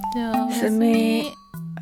じゃあおやすすみみ。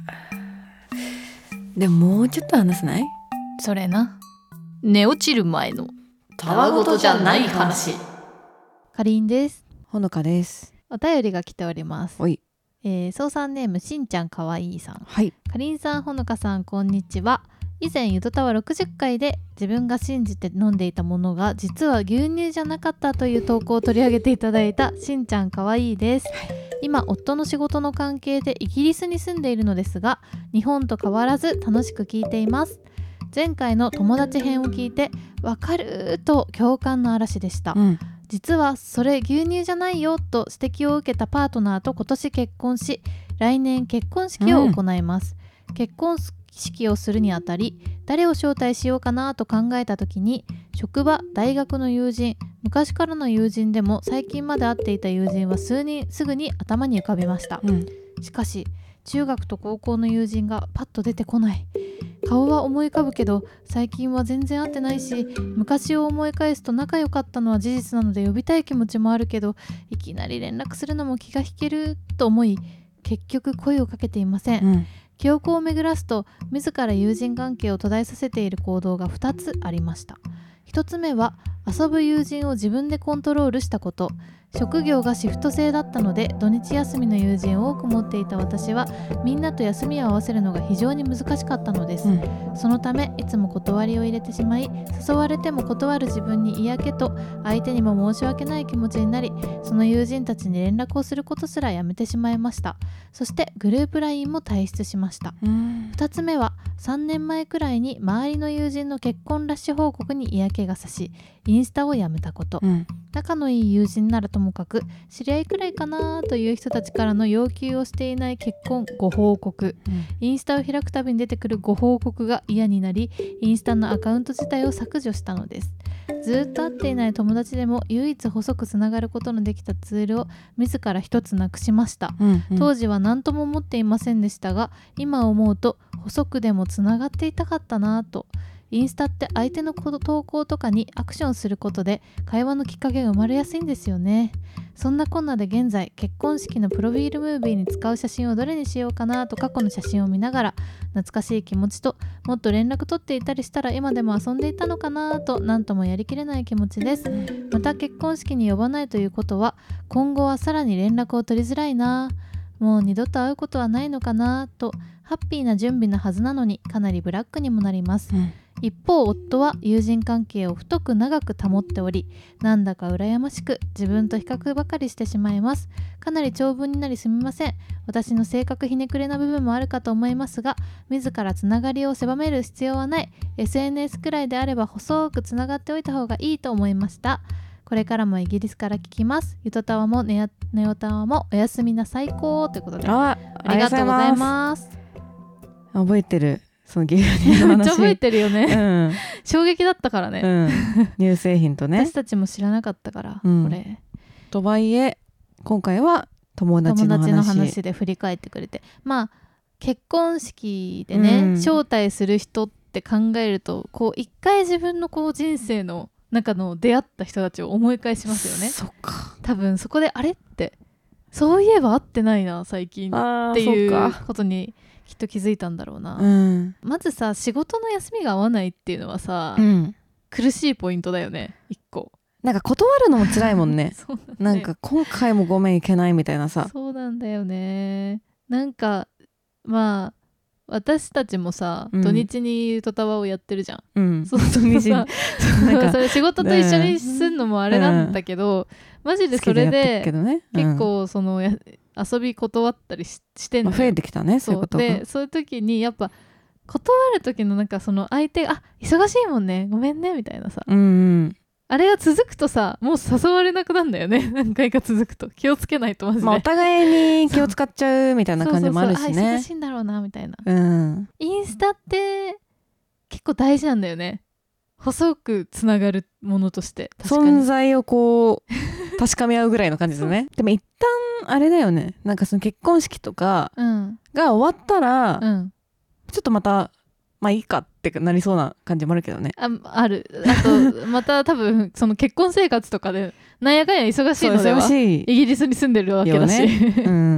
でももうちょっと話せない？ それな、寝落ちる前のたわごとじゃない話。 かりんです。 ほのかです。 お便りが来ております。 おい。 操作ネームしんちゃんかわいいさん。 はい。 かりんさん、ほのかさん、こんにちは。以前ゆとたわ60回で自分が信じて飲んでいたものが実は牛乳じゃなかったという投稿を取り上げていただいたしんちゃんかわいいです。今夫の仕事の関係でイギリスに住んでいるのですが、日本と変わらず楽しく聞いています。前回の友達編を聞いてわかると共感の嵐でした。実はそれ牛乳じゃないよと指摘を受けたパートナーと今年結婚し、来年結婚式を行います。結婚式をするにあたり誰を招待しようかなと考えた時に、職場、大学の友人、昔からの友人でも最近まで会っていた友人は数人すぐに頭に浮かびました。しかし中学と高校の友人がパッと出てこない。顔は思い浮かぶけど最近は全然会ってないし、昔を思い返すと仲良かったのは事実なので呼びたい気持ちもあるけど、いきなり連絡するのも気が引けると思い、結局声をかけていません。記憶を巡らすと自ら友人関係を途絶えさせている行動が2つありました。1つ目は遊ぶ友人を自分でコントロールしたこと。職業がシフト制だったので土日休みの友人を多く持っていた私はみんなと休みを合わせるのが非常に難しかったのです。そのためいつも断りを入れてしまい、誘われても断る自分に嫌気と相手にも申し訳ない気持ちになり、その友人たちに連絡をすることすらやめてしまいました。そしてグループ LINE も退出しました。2つ目は3年前くらいに周りの友人の結婚ラッシュ報告に嫌気がさし、インスタをやめたこと。仲のいい友人ならともかく知り合いくらいかなという人たちからの要求をしていない結婚ご報告、インスタを開くたびに出てくるご報告が嫌になり、インスタのアカウント自体を削除したのです。ずっと会っていない友達でも唯一細くつながることのできたツールを自ら一つなくしました。当時は何とも思っていませんでしたが、今思うと細くでもつながっていたかったなと。インスタって相手の投稿とかにアクションすることで会話のきっかけが生まれやすいんですよね。そんなこんなで現在結婚式のプロフィールムービーに使う写真をどれにしようかなと過去の写真を見ながら、懐かしい気持ちともっと連絡取っていたりしたら今でも遊んでいたのかなと何ともやりきれない気持ちです。また結婚式に呼ばないということは今後はさらに連絡を取りづらいな、もう二度と会うことはないのかなとハッピーな準備なはずなのにかなりブラックにもなります。一方夫は友人関係を太く長く保っており、なんだか羨ましく自分と比較ばかりしてしまいます。かなり長文になりすみません。私の性格ひねくれな部分もあるかと思いますが、自らつながりを狭める必要はない。 SNS くらいであれば細くつながっておいた方がいいと思いました。これからもイギリスから聞きます。ゆとたわもネオタワもおやすみな最高ということで、ありがとうございます。 覚えてる、その牛乳の話。 めっちゃ覚えてるよね、衝撃だったからね、 乳製品とね。 私たちも知らなかったから、これとはいえ今回は友達の話で振り返ってくれて、まあ結婚式でね、招待する人って考えるとこう一回自分のこう人生の中の出会った人たちを思い返しますよね。 そっか。 多分そこであれってそういえば会ってないな最近っていうことにきっと気づいたんだろうな。まずさ、仕事の休みが合わないっていうのはさ、苦しいポイントだよね。一個なんか断るのも辛いもんね。 そうだね、 なんか今回もごめんいけないみたいなさ。 そうなんだよね。なんかまあ私たちもさ、土日にゆとたわをやってるじゃん、そう土日なんかそれ仕事と一緒にすんのもあれなんだけど、マジでそれで結構その遊び断ったりしてんのよ、 増えてきたね、そういうことが。 でそういう時にやっぱ断る時のなんかその相手が忙しいもんねごめんねみたいなさ、あれが続くとさ、もう誘われなくなんだよね。何回か続くと気をつけないとマジで、 お互いに気を使っちゃうみたいな感じもあるしね。 忙しいんだろうなみたいな、インスタって結構大事なんだよね。細くつながるものとして存在をこう確かめ合うぐらいの感じですね。でも一旦あれだよね、なんかその結婚式とかが終わったら、ちょっとまたまあいいかってなりそうな感じもあるけどね。 ある。あとまた多分その結婚生活とかでなんやかんや忙しいのでは、イギリスに住んでるわけだし、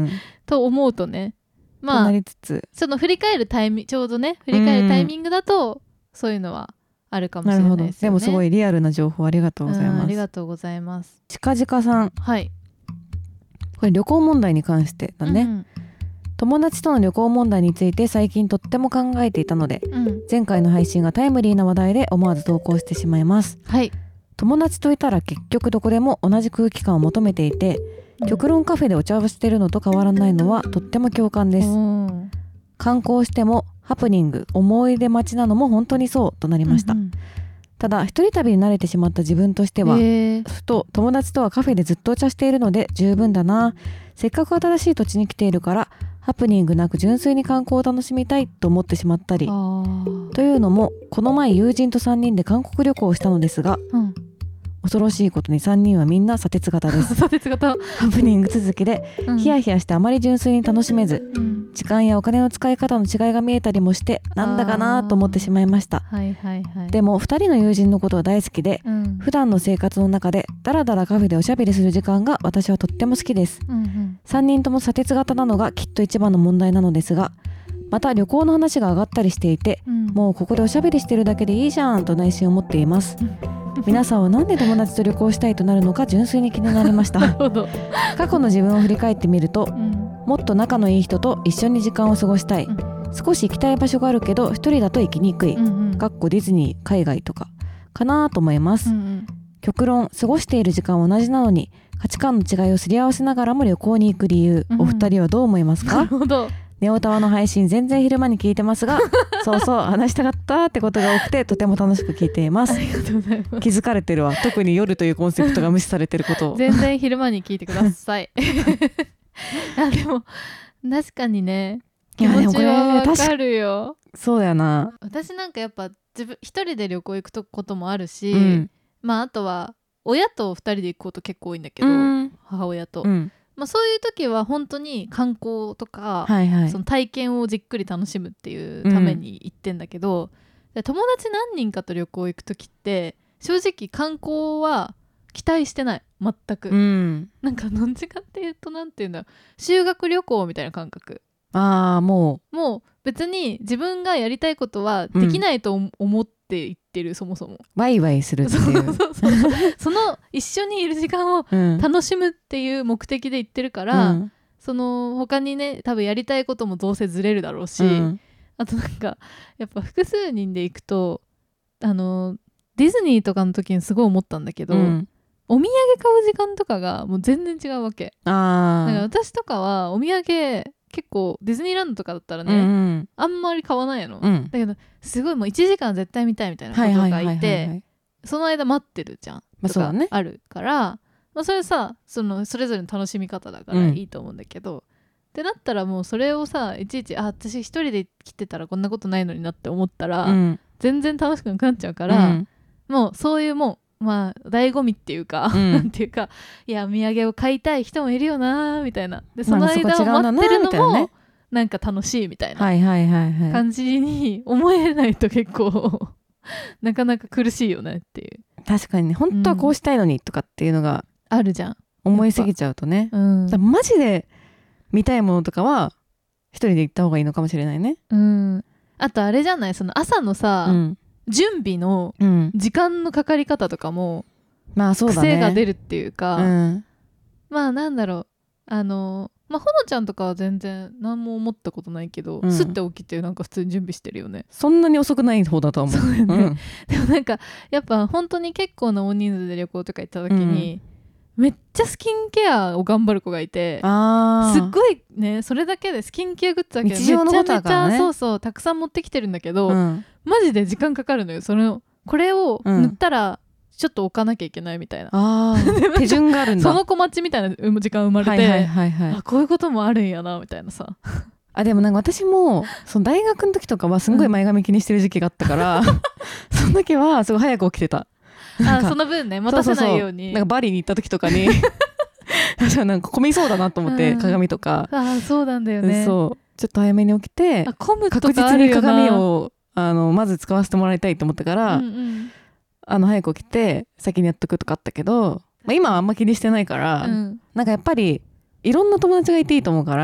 と思うとね、まあなりつつその振り返るタイミング、ちょうどね振り返るタイミングだと、そういうのはあるかもしれないですよね。 なるほど。でもすごいリアルな情報ありがとうございます。 ありがとうございます。 近々さん、 はい、 これ旅行問題に関してだね、 うんうん、 友達との旅行問題について最近とっても考えていたので、うん、前回の配信がタイムリーな話題で思わず投稿してしまいます。 はい。 友達といたら結局どこでも同じ空気感を求めていて、極論カフェでお茶をしてるのと変わらないのはとっても共感です。観光してもハプニング、思い出待ちなのも本当にそうとなりました。うんうん、ただ一人旅に慣れてしまった自分としては、ふと友達とはカフェでずっとお茶しているので十分だな、せっかく新しい土地に来ているからハプニングなく純粋に観光を楽しみたいと思ってしまったり、というのもこの前友人と3人で韓国旅行をしたのですが、恐ろしいことに3人はみんな砂鉄型です。 砂鉄型。 ハプニング続きで、ヒヤヒヤしてあまり純粋に楽しめず、時間やお金の使い方の違いが見えたりもしてなんだかなと思ってしまいました。でも2人の友人のことは大好きで、普段の生活の中でだらだらカフェでおしゃべりする時間が私はとっても好きです。3人とも砂鉄型なのがきっと一番の問題なのですが、また旅行の話が上がったりしていて、もうここでおしゃべりしてるだけでいいじゃんと内心思っています。皆さんはなんで友達と旅行したいとなるのか純粋に気になりました。過去の自分を振り返ってみると、もっと仲のいい人と一緒に時間を過ごしたい、少し行きたい場所があるけど一人だと行きにくい、ディズニー、海外とかかなと思います。極論過ごしている時間は同じなのに価値観の違いをすり合わせながらも旅行に行く理由、お二人はどう思いますか？ネオタワの配信全然昼間に聞いてますがそうそう話したかったってことが多くてとても楽しく聞いています。 ありがとうございます。 気づかれてるわ、特に夜というコンセプトが無視されてることを。 全然昼間に聞いてください。あ、でも確かにね、気持ちはわかるよ。 そうやな。 私なんかやっぱ自分一人で旅行行くこともあるし、まああとは親と二人で行くこと結構多いんだけど、母親と、まあ、そういう時は本当に観光とか、その体験をじっくり楽しむっていうために行ってんだけど、友達何人かと旅行行く時って正直観光は期待してない、全く、なんかどっちかっていうとなんていうんだ、修学旅行みたいな感覚。もう別に自分がやりたいことはできないと思って行ってる、そもそもワイワイするっていう、 その一緒にいる時間を楽しむっていう目的で行ってるから、その他にね多分やりたいこともどうせずれるだろうし、あとなんかやっぱ複数人で行くとディズニーとかの時にすごい思ったんだけど、お土産買う時間とかがもう全然違うわけ。だから私とかはお土産結構ディズニーランドとかだったらね、あんまり買わないの、だけどすごいもう1時間絶対見たいみたいなことがいて、その間待ってるじゃんとかあるから、それさそれぞれの楽しみ方だからいいと思うんだけど、ってなったらもうそれをさいちいち私一人で来てたらこんなことないのになって思ったら、全然楽しくなくなっちゃうから、もうそういうもうまあ醍醐味っていうか、なんていうか、いやお土産を買いたい人もいるよなみたいな、でその間を待ってるのもなんか楽しいみたいな感じに思えないと結構なかなか苦しいよねっていう。 確かにね、本当はこうしたいのにとかっていうのがあるじゃん、 思いすぎちゃうとね、だマジで見たいものとかは一人で行った方がいいのかもしれないね。 あとあれじゃない、その朝のさ、準備の時間のかかり方とかも癖が出るっていうか、まあなんだろう、ほのちゃんとかは全然何も思ったことないけど、すって起きてなんか普通に準備してるよね。 そんなに遅くない方だと思う。そうよね、 でもなんかやっぱ本当に結構な大人数で旅行とか行った時に、めっちゃスキンケアを頑張る子がいて、すっごいね、それだけでスキンケアグッズだけでめちゃめちゃ、そうそうたくさん持ってきてるんだけど、マジで時間かかるのよ。これを塗ったらちょっと置かなきゃいけないみたいな、 手順があるんだ。 その子待ちみたいな時間生まれて、こういうこともあるんやなみたいなさ。 でもなんか私もその大学の時とかはすんごい前髪気にしてる時期があったから、その時はすごい早く起きてた。 その分ね待たせないように。 なんかバリに行った時とかになんか混みそうだなと思って、鏡とか。 そうなんだよね。 そうちょっと早めに起きて、確実に鏡をまず使わせてもらいたいと思ったから、早く起きて先にやっとくとかあったけど、今はあんま気にしてないから、なんかやっぱりいろんな友達がいていいと思うから、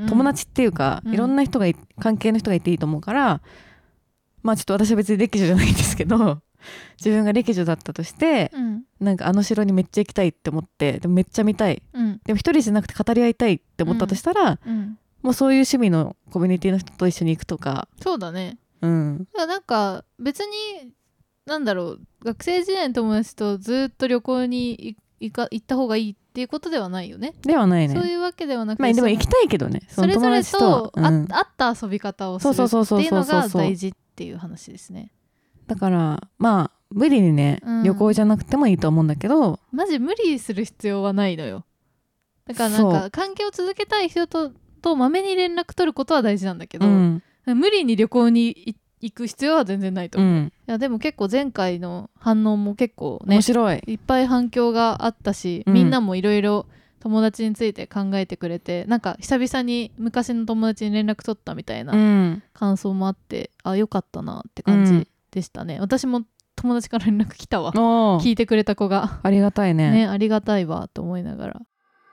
友達っていうか、いろんな人が関係の人がいていいと思うから、まあちょっと私は別に歴女じゃないんですけど自分が歴女だったとして、なんかあの城にめっちゃ行きたいって思って、でもめっちゃ見たい、でも一人じゃなくて語り合いたいって思ったとしたら、もうそういう趣味のコミュニティの人と一緒に行くとか。 そうだね。なんか別になんだろう、学生時代の友達とずっと旅行に行った方がいいっていうことではないよね。 ではないね。 そういうわけではなくて、 まあ、でも行きたいけどね、 それぞれと合った遊び方をするっていうのが大事っていう話ですね。 だからまあ無理にね、旅行じゃなくてもいいと思うんだけど、 マジ無理する必要はないのよ。だからなんか関係を続けたい人とまめに連絡取ることは大事なんだけど、無理に旅行に行く必要は全然ないと思う。いやでも結構前回の反応も結構ね、 面白い、 いっぱい反響があったし、みんなもいろいろ友達について考えてくれて、なんか久々に昔の友達に連絡取ったみたいな感想もあって、あ、よかったなって感じでしたね。私も友達から連絡来たわ、聞いてくれた子が。 ありがたい ね、 ありがたいわと思いながら。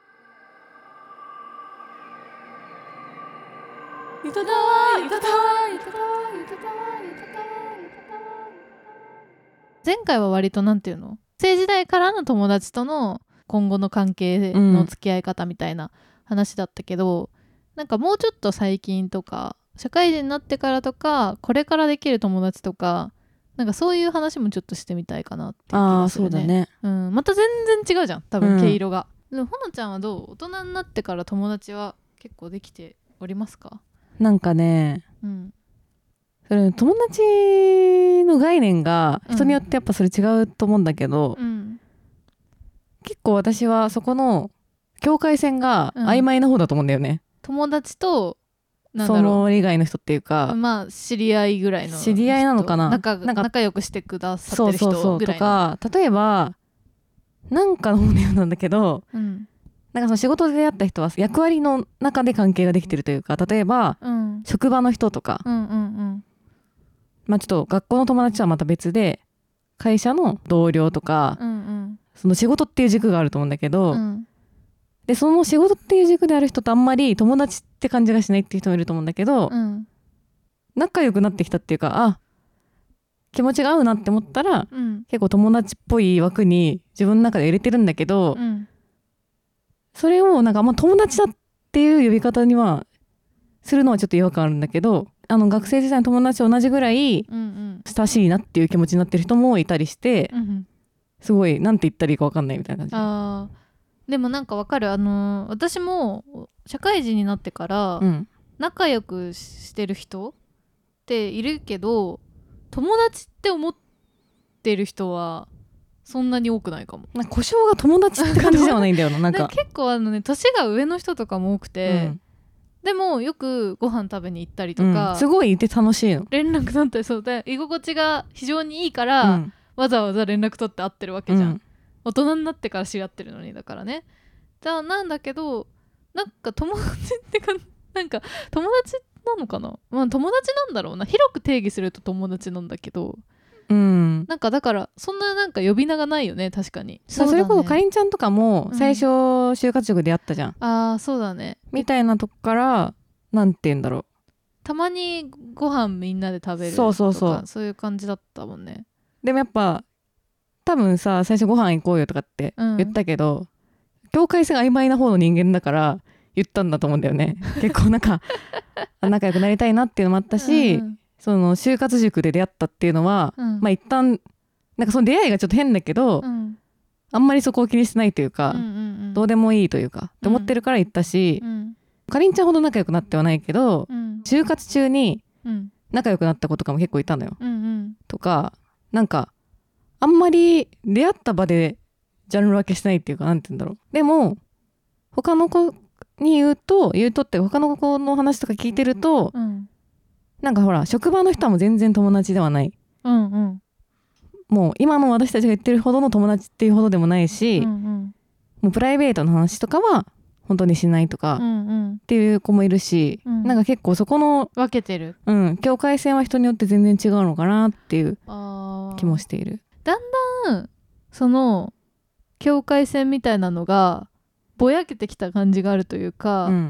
ゆたたわゆたたわゆたたわゆたたわゆたたわゆたたわ。前回は割となんていうの、学生時代からの友達との今後の関係の付き合い方みたいな話だったけど、なんかもうちょっと最近とか社会人になってからとか、これからできる友達とか、なんかそういう話もちょっとしてみたいかなっていう気がするね。 そうだね、 また全然違うじゃん多分毛色が。でもほのちゃんはどう？大人になってから友達は結構できておりますか？ なんかね、それ友達の概念が人によってやっぱそれ違うと思うんだけど、結構私はそこの境界線が曖昧な方だと思うんだよね、 友達とその以外の人っていうか、 まあ知り合いぐらいの人、 知り合いなのかな、 仲良くしてくださってる人ぐらいの。 とか、例えばなんかの本で読んだんだけど、なんかその仕事で出会った人は役割の中で関係ができてるというか、例えば、職場の人とか、まあちょっと学校の友達とはまた別で会社の同僚とか、その仕事っていう軸があると思うんだけど、でその仕事っていう軸である人とあんまり友達って感じがしないっていう人もいると思うんだけど、仲良くなってきたっていうか、あ、気持ちが合うなって思ったら、結構友達っぽい枠に自分の中で入れてるんだけど、それをなんか友達だっていう呼び方にはするのはちょっと違和感あるんだけど、学生時代の友達と同じぐらい親しいなっていう気持ちになってる人もいたりして、すごいなんて言ったらいいか分かんないみたいな感じ。でもなんか分かる。私も社会人になってから仲良くしてる人っているけど、友達って思ってる人はそんなに多くないかも。 なんか故障が友達って感じではないんだよな。なんか結構年が上の人とかも多くて、でもよくご飯食べに行ったりとか、 すごいいて楽しいの。 連絡取ったり、そうで居心地が非常にいいから、わざわざ連絡取って会ってるわけじゃん、大人になってから知り合ってるのに。だからね。じゃあなんだけど、なんか友達ってか、なんか友達なのかな、まあ友達なんだろうな。広く定義すると友達なんだけど、なんかだからそんななんか呼び名がないよね。確かに。 それこそかりんちゃんとかも最初就活塾で会ったじゃん、 そうだね。 みたいなとこからなんて言うんだろう、 たまにご飯みんなで食べるとか、そういう感じだったもんね。 でもやっぱ多分さ、最初ご飯行こうよとかって言ったけど、境界線が曖昧な方の人間だから言ったんだと思うんだよね。結構なんか仲良くなりたいなっていうのもあったし、その就活塾で出会ったっていうのは、まあ一旦なんかその出会いがちょっと変だけど、あんまりそこを気にしてないというか、どうでもいいというかって思ってるから言ったし、かりんちゃんほど仲良くなってはないけど、就活中に仲良くなった子とかも結構いたのよ、とか、なんかあんまり出会った場でジャンル分けしてないっていうか、なんて言うんだろう。でも他の子に言うとって他の子の話とか聞いてると、なんかほら職場の人はもう全然友達ではない、もう今の私たちが言ってるほどの友達っていうほどでもないし、もうプライベートの話とかは本当にしないとかっていう子もいるし、なんか結構そこの分けてる、 境界線は人によって全然違うのかなっていう気もしている。 だんだんその境界線みたいなのがぼやけてきた感じがあるというか、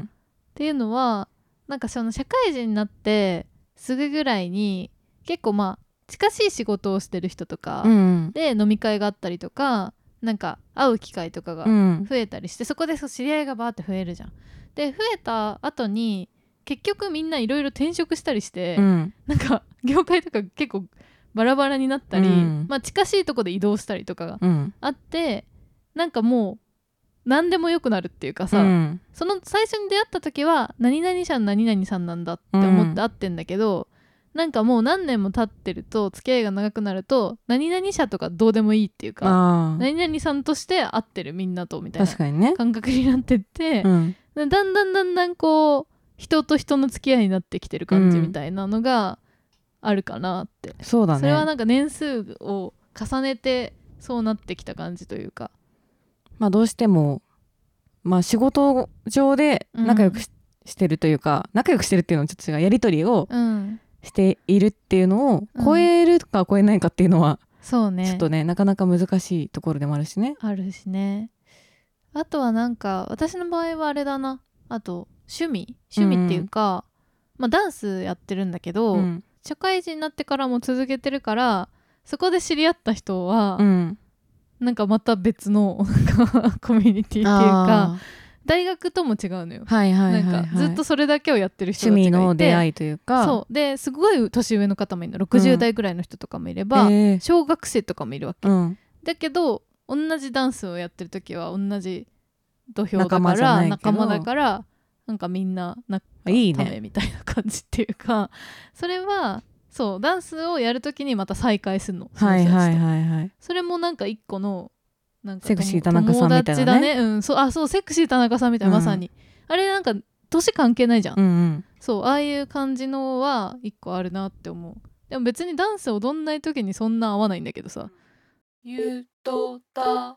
っていうのはなんかその社会人になってすぐぐらいに結構まあ近しい仕事をしてる人とかで飲み会があったりとか、なんか会う機会とかが増えたりして、そこで知り合いがバーって増えるじゃん。で増えた後に結局みんないろいろ転職したりして、なんか業界とか結構バラバラになったり、まあ近しいとこで移動したりとかがあって、なんかもう何でもよくなるっていうかさ、その最初に出会った時は何々社の何々さんなんだって思って会ってんだけど、なんかもう何年も経ってると付き合いが長くなると何々社とかどうでもいいっていうか、何々さんとして会ってるみんなとみたいな感覚になってって、だんだんこう人と人の付き合いになってきてる感じみたいなのがあるかなって、 そうだね。 それはなんか年数を重ねてそうなってきた感じというか、 まあどうしてもまあ仕事上で仲良くしてるというか、仲良くしてるっていうのはちょっと違う、やり取りをしているっていうのを超えるか超えないかっていうのは、 そうね、 ちょっとねなかなか難しいところでもあるしね。 あるしね。あとはなんか私の場合はあれだな、あと趣味っていうか、まあダンスやってるんだけど、社会人になってからも続けてるから、そこで知り合った人は、なんかまた別のコミュニティっていうか、大学とも違うのよ。なんかずっとそれだけをやってる人たちがいて、 趣味の出会いというか、 そうですごい年上の方もいるの、60代ぐらいの人とかもいれば、小学生とかもいるわけ、だけど同じダンスをやってる時は同じ土俵だから仲間だから、なんかみんな仲間ためみたいな感じっていうか、それはそうダンスをやるときにまた再会するの。それもなんか一個のなんかセクシー田中さんみたいなね。友達だね。 そうセクシー田中さんみたいな、まさにあれなんか年関係ないじゃん。そうああいう感じのは一個あるなって思う。でも別にダンス踊んないときにそんな合わないんだけどさ。ゆとた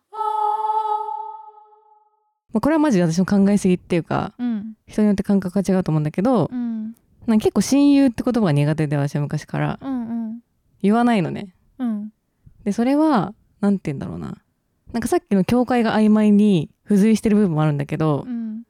これはマジで私の考えすぎっていうか、人によって感覚が違うと思うんだけど、なんか結構親友って言葉が苦手で、私は昔から言わないのね。でそれはなんて言うんだろうな、なんかさっきの境界が曖昧に付随してる部分もあるんだけど、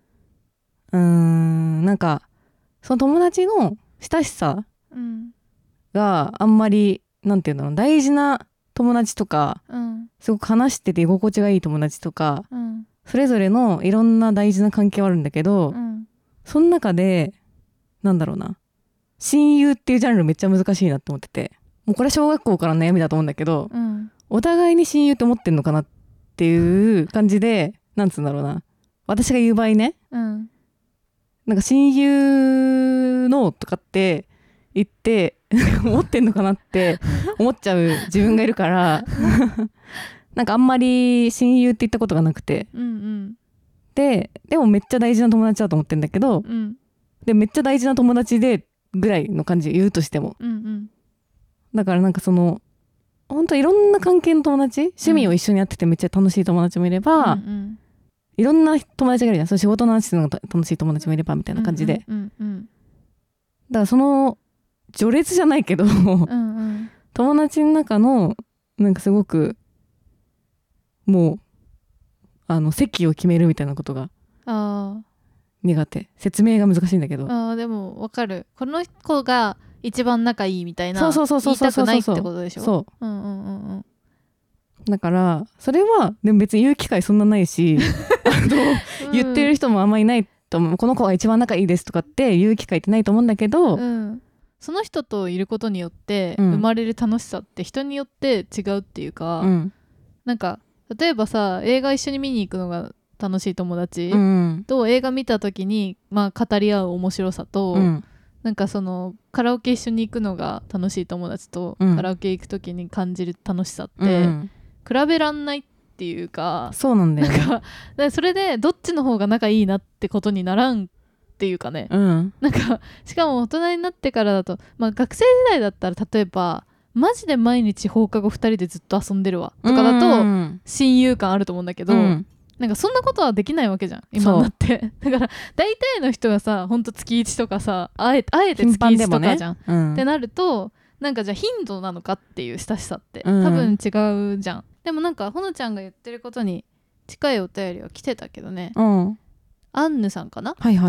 なんかその友達の親しさがあんまりなんて言うんだろう、大事な友達とか、すごく話してて居心地がいい友達とか、それぞれのいろんな大事な関係はあるんだけど、その中でなんだろうな、親友っていうジャンルめっちゃ難しいなって思ってて、もうこれ小学校からの悩みだと思うんだけど、お互いに親友って思ってんのかなっていう感じで、なんつうんだろうな、私が言う場合ね、なんか親友のとかって言って思ってんのかなって思っちゃう自分がいるからなんかあんまり親友って言ったことがなくて、でもめっちゃ大事な友達だと思ってんだけど、でめっちゃ大事な友達でぐらいの感じで言うとしても、だからなんかその本当いろんな関係の友達、趣味を一緒にやっててめっちゃ楽しい友達もいれば、いろんな友達がいるじゃん。その仕事の話するのが楽しい友達もいればみたいな感じで、だからその序列じゃないけど友達の中のなんかすごくもう席を決めるみたいなことが苦手。説明が難しいんだけど、 でも分かる。この子が一番仲いいみたいな言いたくないってことでしょ。そうだからそれはでも別に言う機会そんなないし言ってる人もあんまりいないと思う。この子が一番仲いいですとかって言う機会ってないと思うんだけど、 その人といることによって生まれる楽しさって人によって違うっていうか、なんか例えばさ、映画一緒に見に行くのが楽しい友達と映画見た時にまあ語り合う面白さと、なんかそのカラオケ一緒に行くのが楽しい友達とカラオケ行く時に感じる楽しさって比べらんないっていうか、 そうなんだよね。 なんかそれでどっちの方が仲いいなってことにならんっていうかね、なんかしかも大人になってからだと、まあ、学生時代だったら例えばマジで毎日放課後2人でずっと遊んでるわとかだと親友感あると思うんだけど、なんかそんなことはできないわけじゃん今になってだから大体の人がさ、ほんと月1とかさ、あえて月1とかじゃん、ってなるとなんかじゃあ頻度なのかっていう親しさって多分違うじゃん。でもなんかほのちゃんが言ってることに近いお便りは来てたけどね、アンヌさんかな、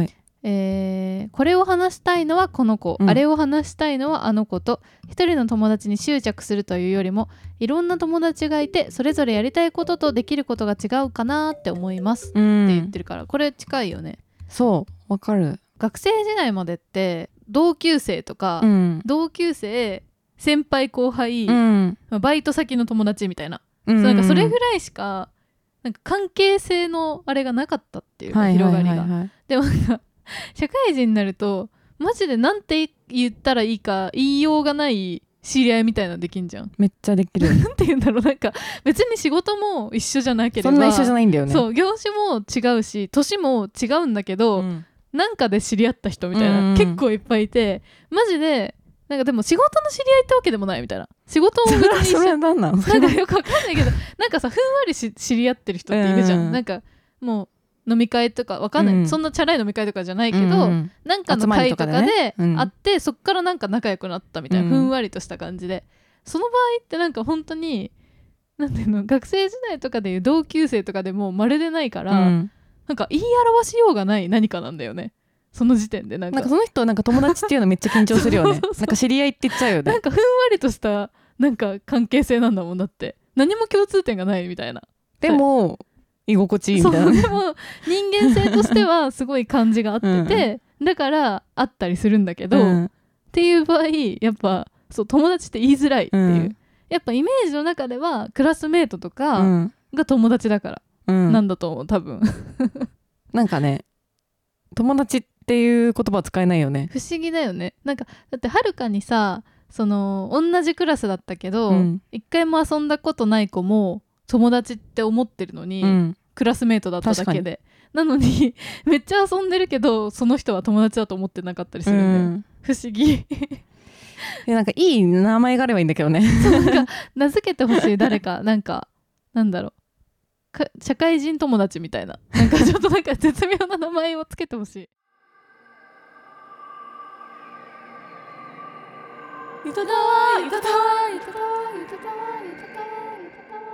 これを話したいのはこの子、あれを話したいのはあの子と一人の友達に執着するというよりも、いろんな友達がいてそれぞれやりたいこととできることが違うかなって思いますって言ってるから、これ近いよね。 そうわかる。 学生時代までって同級生とか、同級生先輩後輩、バイト先の友達みたいな、なんかそれぐらいしかなんか関係性のあれがなかったっていうか、広がりが。でもなんか社会人になるとマジでなんて言ったらいいか言いようがない知り合いみたいなのできんじゃん。 めっちゃできる。 なんて言うんだろう、なんか別に仕事も一緒じゃなければ、 そんな一緒じゃないんだよね。 そう業種も違うし年も違うんだけど、なんかで知り合った人みたいな、結構いっぱいいて、マジでなんかでも仕事の知り合いってわけでもないみたいな、仕事も別にそれは何なの？ なんかよくわかんないけどなんかさ、ふんわり知り合ってる人っているじゃん、なんかもう飲み会とかわかんない、そんなチャラい飲み会とかじゃないけど、なんかの会とかで会って、そっからなんか仲良くなったみたいな、ふんわりとした感じで、その場合ってなんか本当になんていうの、学生時代とかでいう同級生とかでもまるでないから、なんか言い表しようがない何かなんだよね、その時点で。なんかその人なんか友達っていうのめっちゃ緊張するよね。なんか知り合いって言っちゃうよね。 なんかふんわりとしたなんか関係性なんだもん。だって何も共通点がないみたいな。 でも居心地いいみたいな。 でも人間性としてはすごい感じがあっててだから会ったりするんだけど、っていう場合やっぱそう友達って言いづらいっていう、やっぱイメージの中ではクラスメートとかが友達だから、なんだと思う多分。 なんかね、友達っていう言葉は使えないよね。 不思議だよね。なんかだってはるかにさ、その同じクラスだったけど、一回も遊んだことない子も友達って思ってるのに、クラスメートだっただけで、なのにめっちゃ遊んでるけどその人は友達だと思ってなかったりするんだよ、不思議。 なんかいい名前があればいいんだけどね。 なんか名付けてほしい、誰か。なんかなんだろう、社会人友達みたいな、なんかちょっとなんか絶妙な名前をつけてほしい。ゆたたわゆたたわゆたたわゆたたわゆたたわゆたたわ。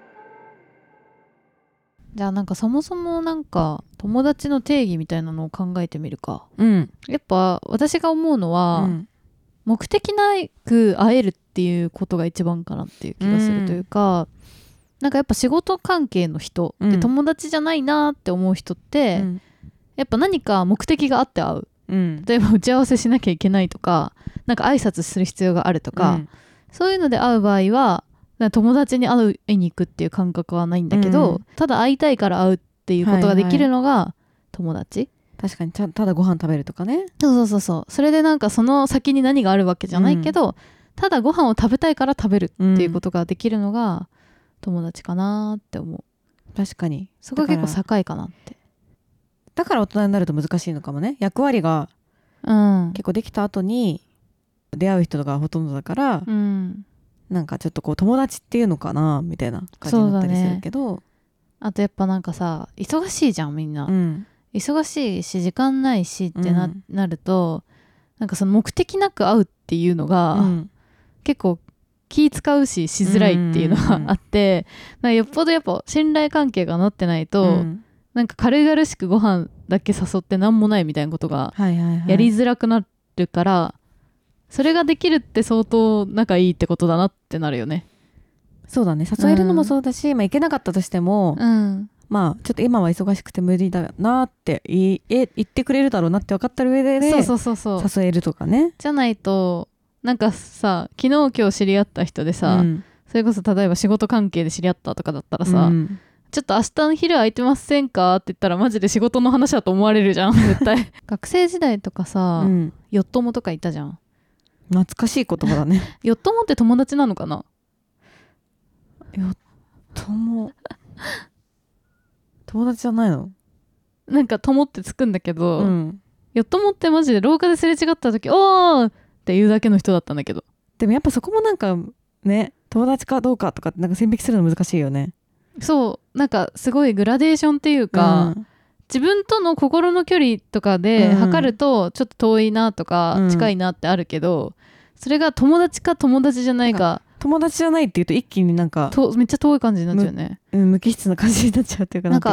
じゃあなんかそもそもなんか友達の定義みたいなのを考えてみるか。やっぱ私が思うのは、目的なく会えるっていうことが一番かなっていう気がするというか、なんかやっぱ仕事関係の人で友達じゃないなって思う人って、やっぱ何か目的があって会う、例えば打ち合わせしなきゃいけないとか、なんか挨拶する必要があるとか、そういうので会う場合は友達に会いに行くっていう感覚はないんだけど、ただ会いたいから会うっていうことができるのが友達。 確かにただご飯食べるとかね。 そうそれでなんかその先に何があるわけじゃないけど、ただご飯を食べたいから食べるっていうことができるのが友達かなって思う。 確かにそこが結構境かなって。 だから大人になると難しいのかもね。役割が結構できた後に出会う人がほとんどだから、なんかちょっとこう友達っていうのかなみたいな感じになったりするけど、 あとやっぱなんかさ、忙しいじゃんみんな、忙しいし時間ないしってなると、なんかその目的なく会うっていうのが、結構気使うししづらいっていうのがあって、なんかよっぽどやっぱ信頼関係がなってないと、なんか軽々しくご飯だけ誘ってなんもないみたいなことがやりづらくなるから、それができるって相当仲いいってことだなってなるよね。 そうだね、誘えるのもそうだし、行けなかったとしても、まあちょっと今は忙しくて無理だなって言ってくれるだろうなって分かった上で誘えるとかね。 じゃないとなんかさ、昨日今日知り合った人でさ、それこそ例えば仕事関係で知り合ったとかだったらさ、ちょっと明日の昼空いてませんかって言ったらマジで仕事の話だと思われるじゃん絶対。学生時代とかさ、よっ友とかいたじゃん。 懐かしい言葉だね。 よっ友って友達なのかな。 よっ友友達じゃないの？ なんか友ってつくんだけど、よっ友ってマジで廊下ですれ違った時おーって言うだけの人だったんだけど。 でもやっぱそこもなんかね、友達かどうかとかってなんか線引きするの難しいよね。 そうなんかすごいグラデーションっていうか、自分との心の距離とかで測るとちょっと遠いなとか近いなってあるけど、それが友達か友達じゃないか、 友達じゃないっていうと一気になんかめっちゃ遠い感じになっちゃうね。 無機質な感じになっちゃうっていうか、なんか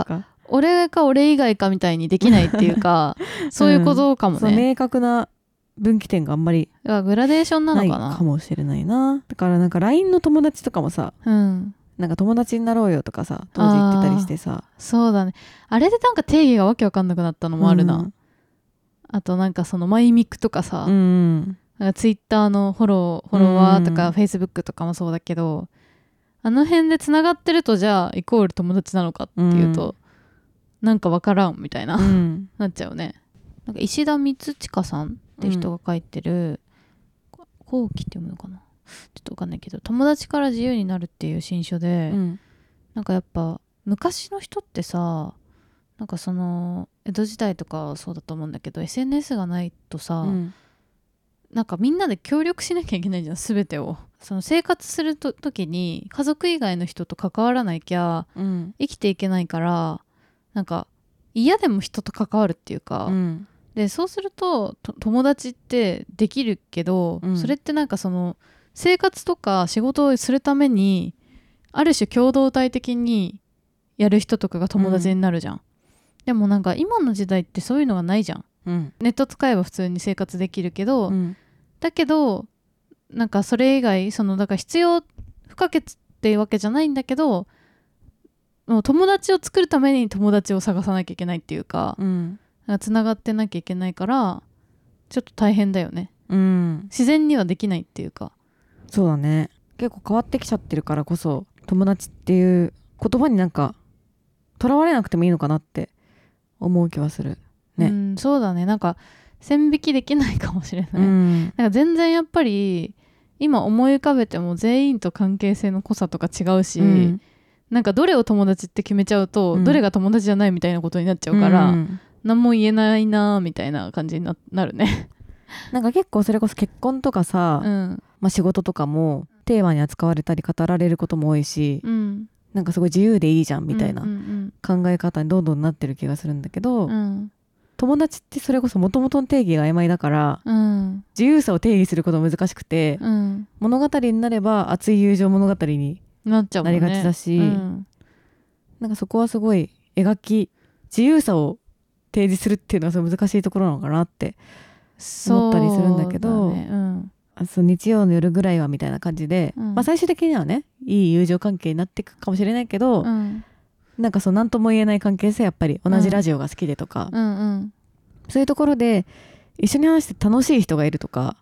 俺か俺以外かみたいにできないっていうかそういうことかもね、 そう明確な分岐点があんまりグラデーションなのかな。 ないかもしれないな。だからなんか LINE の友達とかもさ、なんか友達になろうよとかさ当時言ってたりしてさ。 そうだね、あれでなんか定義がわけわかんなくなったのもあるな、あとなんかそのマイミクとかさ、なんかツイッターのフォロワーとかフェイスブックとかもそうだけど、あの辺でつながってるとじゃあイコール友達なのかっていうと、なんかわからんみたいな、なっちゃうね。なんか石田光親さんって人が書いてる、後期って読むのかな、ちょっとわかんないけど、友達から自由になるっていう新書で、なんかやっぱ昔の人ってさ、なんかその江戸時代とかそうだと思うんだけど SNS がないとさ、なんかみんなで協力しなきゃいけないじゃん、全てを。その生活する時に家族以外の人と関わらなきゃ生きていけないから、なんか嫌でも人と関わるっていうか、でそうすると友達ってできるけど、それってなんかその生活とか仕事をするためにある種共同体的にやる人とかが友達になるじゃん、でもなんか今の時代ってそういうのがないじゃん、ネット使えば普通に生活できるけど、だけどなんかそれ以外そのだから必要不可欠っていうわけじゃないんだけど、もう友達を作るために友達を探さなきゃいけないっていうか、つながってなきゃいけないからちょっと大変だよね、自然にはできないっていうか。 そうだね、結構変わってきちゃってるからこそ友達っていう言葉になんかとらわれなくてもいいのかなって思う気はするね。 そうだね、なんか線引きできないかもしれない、なんか全然やっぱり今思い浮かべても全員と関係性の濃さとか違うし、なんかどれを友達って決めちゃうと、どれが友達じゃないみたいなことになっちゃうから、何も言えないなみたいな感じに なるねなんか結構それこそ結婚とかさ、まあ、仕事とかもテーマに扱われたり語られることも多いし、なんかすごい自由でいいじゃんみたいな考え方にどんどんなってる気がするんだけど、友達ってそれこそ元々の定義が曖昧だから、自由さを定義すること難しくて、物語になれば熱い友情物語になりがちだし、なんかそこはすごい自由さを提示するっていうのはすごい難しいところなのかなって思ったりするんだけど、そう日曜の夜ぐらいはみたいな感じで、まあ、最終的にはねいい友情関係になっていくかもしれないけど、なんかそう何とも言えない関係性、やっぱり同じラジオが好きでとか、そういうところで一緒に話して楽しい人がいるとか、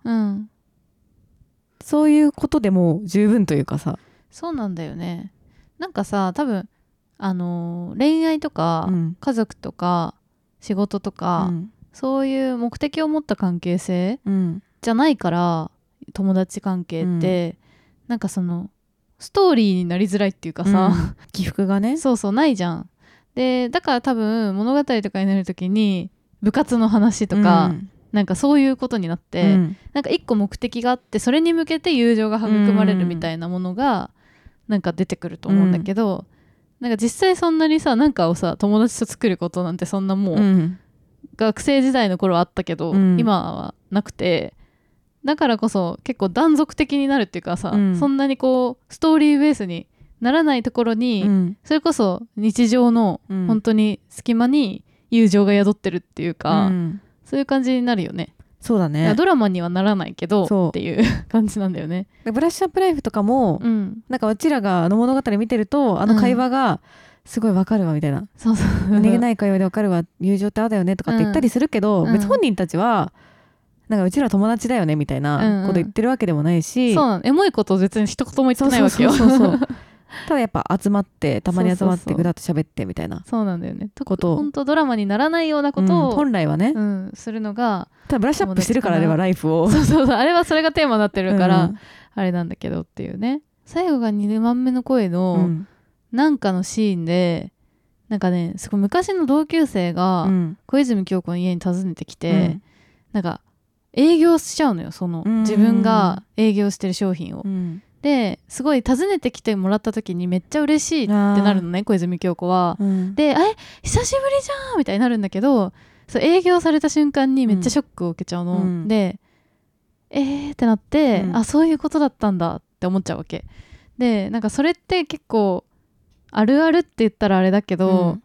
そういうことでも十分というかさ。 そうなんだよね。なんかさ、多分恋愛とか、家族とか仕事とか、そういう目的を持った関係性、じゃないから友達関係って、なんかそのストーリーになりづらいっていうかさ、 起伏がね、 そうないじゃん。でだから多分物語とかになるときに部活の話とか、なんかそういうことになって、なんか一個目的があって、それに向けて友情が育まれるみたいなものがなんか出てくると思うんだけど、なんか実際そんなにさ、なんかをさ友達と作ることなんてそんなもう、学生時代の頃はあったけど、今はなくて、だからこそ結構断続的になるっていうかさ、そんなにこうストーリーベースにならないところに、それこそ日常の本当に隙間に友情が宿ってるっていうか、そういう感じになるよね。 そうだね。 ドラマにはならないけどっていう感じなんだよね。 ブラッシュアップライフとかも、なんかうちらがあの物語見てると、あの会話がすごいわかるわみたいな、何気ない会話でわかるわ、友情ってああだよねとかって言ったりするけど、別に本人たちはなんかうちら友達だよねみたいなこと言ってるわけでもないし、 エモいことを別に一言も言ってないわけよ。 ただやっぱたまに集まってぐだっと喋ってみたいな、 そうなんだよね。本当ドラマにならないようなことを、 本来はね、 するのが、 ただブラッシュアップしてるからあれはライフを、 あれはそれがテーマになってるから、あれなんだけどっていうね。最後が2番目の声の、なんかのシーンで、なんかね、すごい昔の同級生が小泉今日子の家に訪ねてきて、なんか営業しちゃうのよ、その自分が営業してる商品を。ですごい訪ねてきてもらった時にめっちゃ嬉しいってなるのね、小泉今日子は。で、久しぶりじゃんみたいになるんだけど、そう営業された瞬間にめっちゃショックを受けちゃうの、でってなって、そういうことだったんだって思っちゃうわけで、なんかそれって結構あるあるって言ったらあれだけど、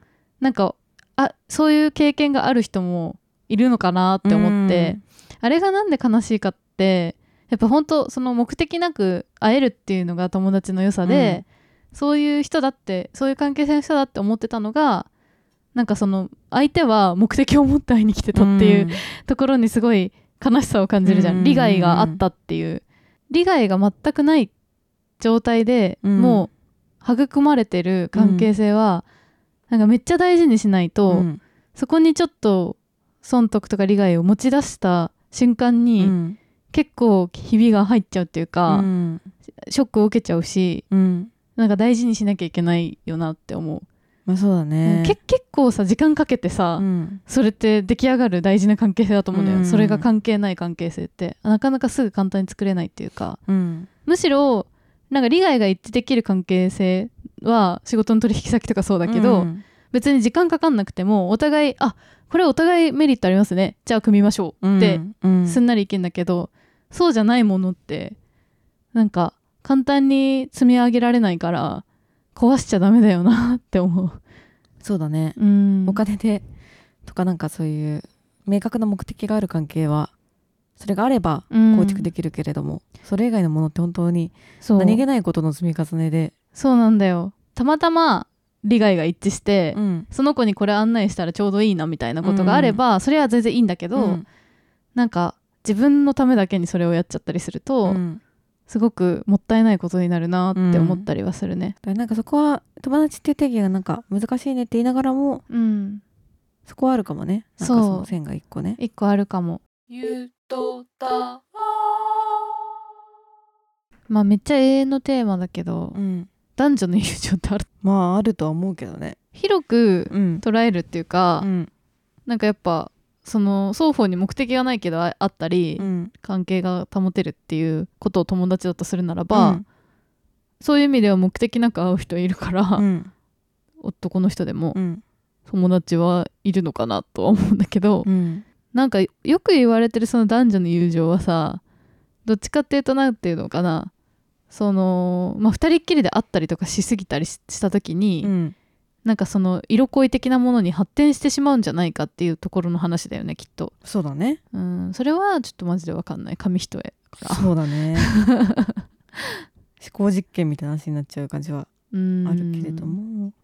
なんかそういう経験がある人もいるのかなって思って、あれがなんで悲しいかってやっぱ本当その目的なく会えるっていうのが友達の良さで、そういう人だってそういう関係性の人だって思ってたのがなんかその相手は目的を持って会いに来てたっていうところにすごい悲しさを感じるじゃん。利害があったっていう利害が全くない状態でもう育まれてる関係性はなんかめっちゃ大事にしないと、そこにちょっと損得とか利害を持ち出した瞬間に、結構ひびが入っちゃうっていうか、ショックを受けちゃうし、なんか大事にしなきゃいけないよなって思う。 まあそうだね。 結構さ時間かけてさ、それって出来上がる大事な関係性だと思うんだよ、それが関係ない関係性ってなかなかすぐ簡単に作れないっていうか、むしろなんか利害が一致できる関係性は仕事の取引先とかそうだけど、別に時間かかんなくてもお互いこれお互いメリットありますね、じゃあ組みましょうってすんなりいけんだけど、そうじゃないものってなんか簡単に積み上げられないから壊しちゃダメだよなって思う。 そうだね、お金でとかなんかそういう明確な目的がある関係はそれがあれば構築できるけれども、それ以外のものって本当に何気ないことの積み重ねで。 そうなんだよ。たまたま利害が一致して、その子にこれ案内したらちょうどいいなみたいなことがあれば、それは全然いいんだけど、なんか自分のためだけにそれをやっちゃったりすると、すごくもったいないことになるなって思ったりはするね。 なんかそこは友達っていう定義がなんか難しいねって言いながらも、そこはあるかもね。なんかその線が一個ね。 一個あるかも。まあめっちゃ永遠のテーマだけど、男女の友情ってある？ まああるとは思うけどね。 広く捉えるっていうか、なんかやっぱその双方に目的がないけどあったり、関係が保てるっていうことを友達だとするならば、そういう意味では目的なく会う人いるから、男の人でも友達はいるのかなとは思うんだけど、なんかよく言われてるその男女の友情はさ、どっちかっていうとなんていうのかな、そのまあ二人っきりで会ったりとかしすぎたりした時に、なんかその色恋的なものに発展してしまうんじゃないかっていうところの話だよね、きっと。 そうだね。 それはちょっとマジで分かんない、紙一重から。 そうだね思考実験みたいな話になっちゃう感じはあるけれども、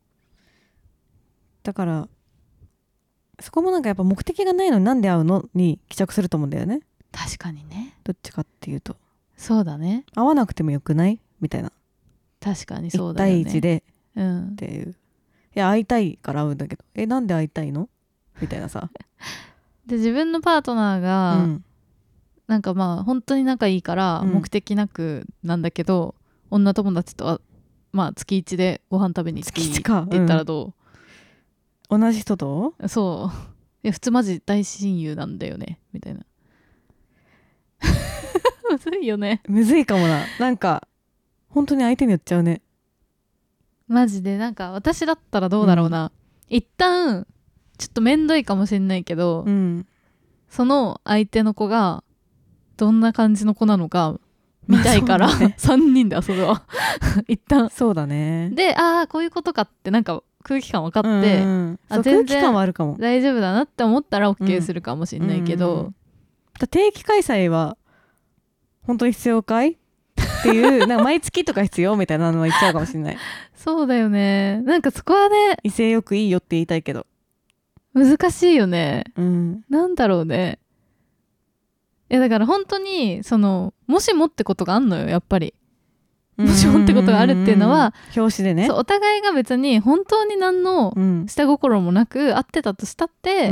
だからそこもなんかやっぱ目的がないのになんで会うのに帰着すると思うんだよね。 確かにね。 どっちかっていうとそうだね、 会わなくてもよくないみたいな。 確かにそうだよね。 1対1でっていう、いや会いたいから会うんだけど、なんで会いたいのみたいなさで自分のパートナーが、なんかまあ本当に仲いいから目的なくなんだけど、女友達とはまあ月1でご飯食べに行って言ったらどう？同じ人と？ そういや普通マジ大親友なんだよねみたいなむずいよね。 むずいかもな。なんか本当に相手によっちゃうね。 マジでなんか私だったらどうだろうな、一旦ちょっとめんどいかもしれないけど、その相手の子がどんな感じの子なのか見たいから、3人で遊ぶわ一旦。 そうだね。でこういうことかってなんか空気感分かって、 全然空気感はあるかも。 大丈夫だなって思ったら OK するかもしれないけど、 定期開催は本当に必要かいっていうなんか毎月とか必要みたいなのは言っちゃうかもしれないそうだよね。なんかそこはね、 威勢よくいいよって言いたいけど難しいよね、なんだろうね。いやだから本当にそのもしもってことがあんのよ、やっぱり。もしもってことがあるっていうのは表紙でね、 そうお互いが別に本当に何の下心もなく会ってたとしたって、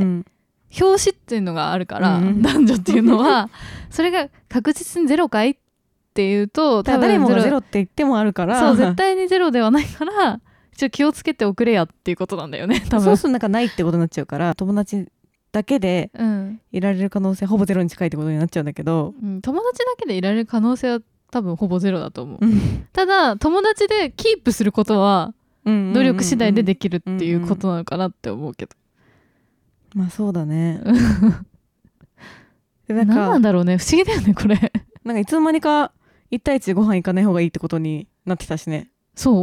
表紙っていうのがあるから、男女っていうのはそれが確実にゼロかいっていうと多分誰もがゼロって言ってもあるから、 そう絶対にゼロではないからちょっと気をつけておくれやっていうことなんだよね、多分。 そうするとなんかないってことになっちゃうから、友達だけでいられる可能性ほぼゼロに近いってことになっちゃうんだけど、 友達だけでいられる可能性は多分ほぼゼロだと思う、ただ友達でキープすることは努力次第でできるっていうことなのかなって思うけど、 まあそうだね何なんだろうね、不思議だよねこれなんかいつの間にか1対1でご飯行かない方がいいってことになってたしね。 そう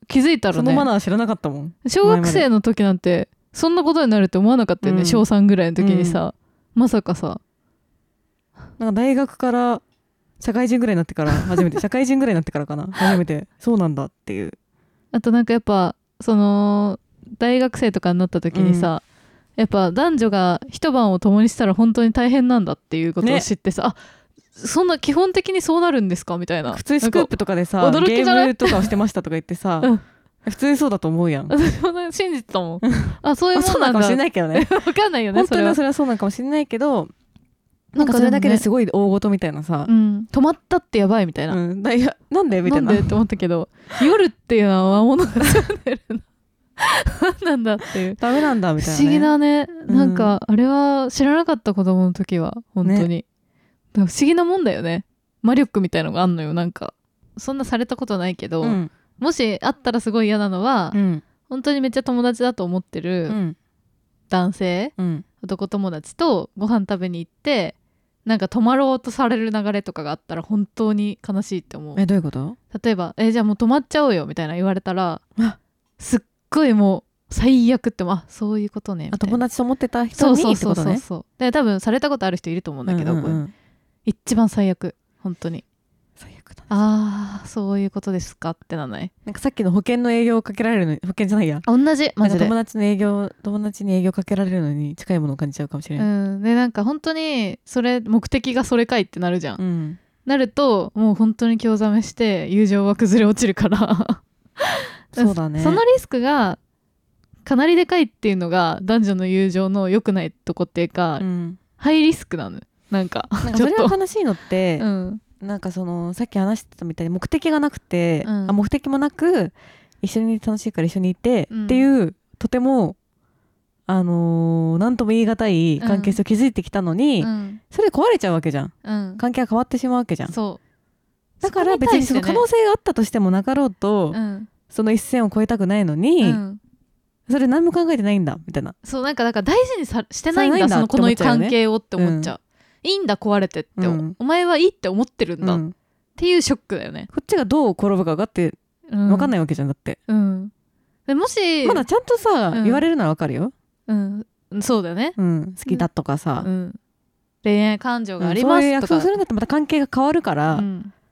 気づいたらね、 そのマナー知らなかったもん。 小学生の時なんてそんなことになるって思わなかったよね、小3ぐらいの時にさ、まさかさ、 なんか大学から社会人ぐらいになってから初めて社会人ぐらいになってからかな初めてそうなんだっていう。 あとなんかやっぱその大学生とかになった時にさ、やっぱ男女が一晩を共にしたら本当に大変なんだっていうことを知ってさ、あ、そんな基本的にそうなるんですかみたいな。 普通にスクープとかでさ驚きじゃない？ ゲームとかをしてましたとか言ってさ、普通にそうだと思うやん。 私も信じてたもん。あ、そういうもんなんだ。 そうなのかもしれないけどね。 分かんないよね。 本当にそれはそうなのかもしれないけど、なんかそれだけですごい大事みたいなさ、 止まったってやばいみたいな、 いやなんでみたいな、 なんでって思ったけど、夜っていうのは魔物が住んでるの何なんだっていう、 ダメなんだみたいな、ね、 不思議だね。なんかあれは知らなかった子供の時は本当に、ね、不思議なもんだよね。魔力みたいのがあんのよ。なんかそんなされたことないけど、もしあったらすごい嫌なのは、本当にめっちゃ友達だと思ってる男性、男友達とご飯食べに行ってなんか泊まろうとされる流れとかがあったら本当に悲しいって思う。 どういうこと？ 例えばじゃあもう泊まっちゃおうよみたいな言われたらすっごいもう最悪ってそういうことねみたいな。 友達と思ってた人にってことね。 そうで多分されたことある人いると思うんだけど、一番最悪本当に最悪だ。 ああそういうことですかってならない？ なんかさっきの保険の営業をかけられるのに、保険じゃないや、 同じマジで友達に営業かけられるのに近いものを感じちゃうかもしれない。 でなんか本当にそれ目的がそれかいってなるじゃん、なるともう本当に興ざめして友情は崩れ落ちるからそうだね。 そのリスクがかなりでかいっていうのが男女の友情の良くないとこっていうか、ハイリスクなの。なんかそれは悲しいのって、なんかそのさっき話してたみたいに目的がなくて、目的もなく一緒に楽しいから一緒にいて、っていうとてもなんとも言い難い関係性を築いてきたのに、それで壊れちゃうわけじゃん、関係が変わってしまうわけじゃん。そうだから別にその可能性があったとしてもなかろうと、その一線を越えたくないのに、それ何も考えてないんだみたいな。 そうなんかだから大事にしてないんだ、そのこの関係をって思っちゃう、いいんだ壊れてって、お前はいいって思ってるんだっていうショックだよね。 こっちがどう転ぶかがって分かんないわけじゃんだって、 でもしまだちゃんとさ、言われるなら分かるよ。 そうだよね、 好きだとかさ、 恋愛感情がありますとか、 そういう約束するんだったらまた関係が変わるから、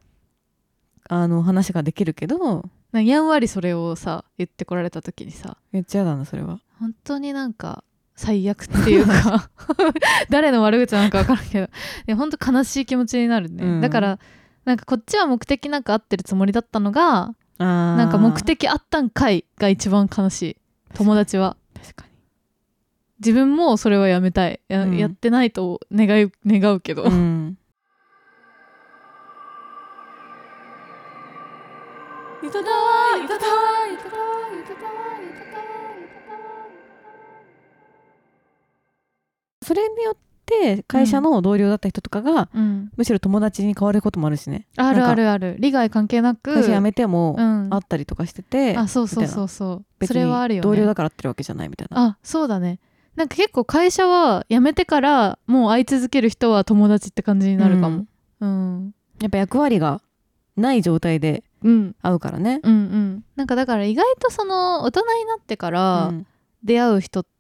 話ができるけど、 やんわりそれをさ言ってこられた時にさ、 めっちゃ嫌だなそれは。 本当になんか最悪っていうか誰の悪口なのか分からんけど本当悲しい気持ちになるね、だからなんかこっちは目的なく合ってるつもりだったのが、なんか目的あったんかいが一番悲しい。友達は確かに自分もそれはやめたい、やってないと願うけど、 それによって会社の同僚だった人とかが、むしろ友達に変わることもあるしね。 あるあるある。利害関係なく会社辞めても会ったりとかしてて、 そうそれはあるよね。 同僚だから会ってるわけじゃないみたいな。 そうだね。なんか結構会社は辞めてからもう会い続ける人は友達って感じになるかも、 やっぱ役割がない状態で会うからね、 なんかだから意外とその大人になってから出会う人って、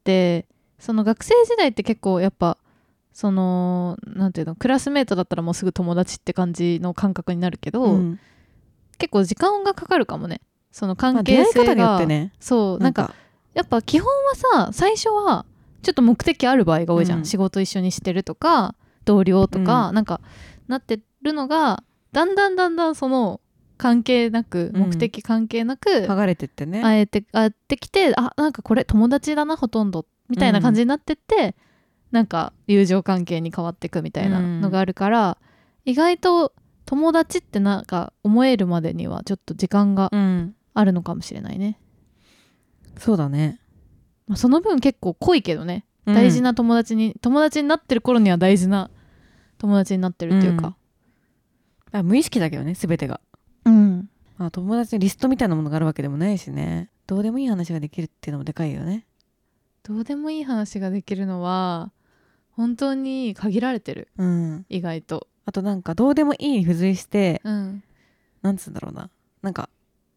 その学生時代って結構やっぱそのなんていうの、クラスメートだったらもうすぐ友達って感じの感覚になるけど、結構時間がかかるかもね、その関係性が、出会い方によってね。そうなんかやっぱ基本はさ、最初はちょっと目的ある場合が多いじゃん、仕事一緒にしてるとか同僚とか、なんかなってるのがだんだんその関係なく、目的関係なく剥がれてってね、 会ってきて、なんかこれ友達だなほとんどみたいな感じになってって、なんか友情関係に変わっていくみたいなのがあるから、意外と友達ってなんか思えるまでにはちょっと時間があるのかもしれないね、 そうだね。 その分結構濃いけどね、大事な友達になってる頃には大事な友達になってるっていうか、 無意識だけどね全てが、友達のリストみたいなものがあるわけでもないしね。どうでもいい話ができるっていうのもでかいよね。 どうでもいい話ができるのは本当に限られてる、意外と。 あとなんかどうでもいいに付随して、なんつうんだろうな、なんか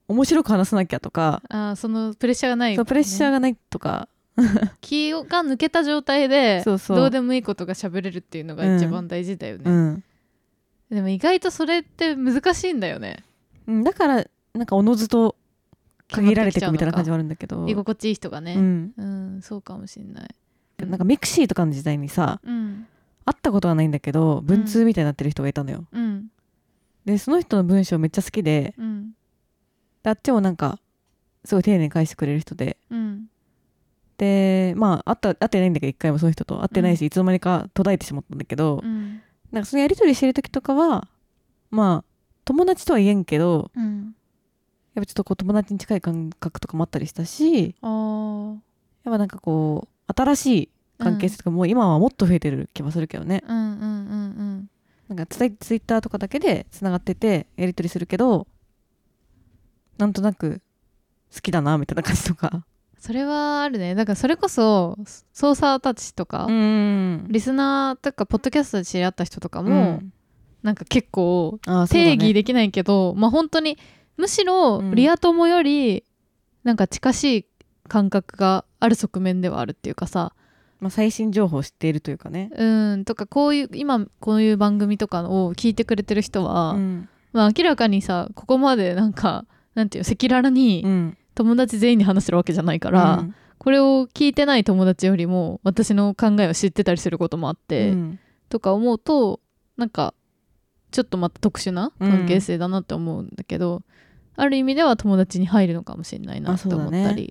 面白く話さなきゃとか、 そのプレッシャーがない、ね、 そうプレッシャーがないとか気が抜けた状態でそうそうどうでもいいことが喋れるっていうのが一番大事だよね、でも意外とそれって難しいんだよね、 だからなんかおのずと限られていくみたいな感じはあるんだけど、 居心地いい人がね、そうかもしれない。 なんかミクシーとかの時代にさ、会ったことはないんだけど文通みたいになってる人がいたのよ、でその人の文章めっちゃ好きで、であっちもなんかすごい丁寧に返してくれる人で、でまあ会ってないんだけど一回もその人と会ってないし、いつの間にか途絶えてしまったんだけど、なんかそのやり取りしてる時とかはまあ友達とは言えんけど、やっぱちょっとこう友達に近い感覚とかもあったりしたし、やっぱなんかこう新しい関係性とかも今はもっと増えてる気はするけどね、なんかツイッターとかだけでつながっててやり取りするけどなんとなく好きだなみたいな感じとか、 それはあるね。だからそれこそソーサーたちとか、リスナーとかポッドキャストで知り合った人とかも、なんか結構定義できないけど、まあ本当にむしろリア友よりなんか近しい感覚がある側面ではあるっていうかさ、 最新情報を知っているというかね、 とか今こういう番組とかを聞いてくれてる人は、まあ明らかにさここまでなんかなんていう赤裸々に友達全員に話してるわけじゃないから、これを聞いてない友達よりも私の考えを知ってたりすることもあって、とか思うとなんかちょっとまた特殊な関係性だなって思うんだけど、ある意味では友達に入るのかもしれないなって思ったり、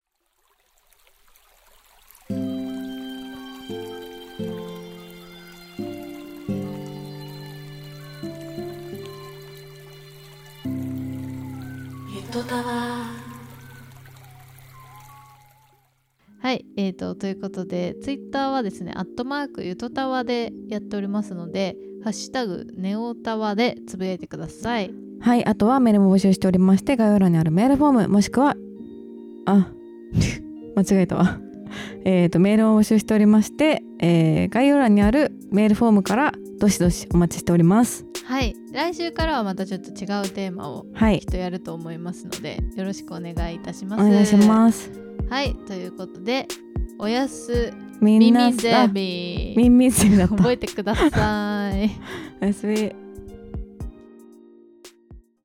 はい、ということでツイッターはですね@ゆとたわでやっておりますので、ハッシュタグネオタワでつぶやいてください。 はい、あとはメールも募集しておりまして、概要欄にあるメールフォームもしくは間違えたわメールを募集しておりまして、概要欄にあるメールフォームからどしどしお待ちしております。 はい、来週からはまたちょっと違うテーマをきっとやると思いますので、よろしくお願いいたします。 お願いします。 はい、ということでおやすみんな耳ゼビ耳ゼビだった覚えてくださいおやすみ。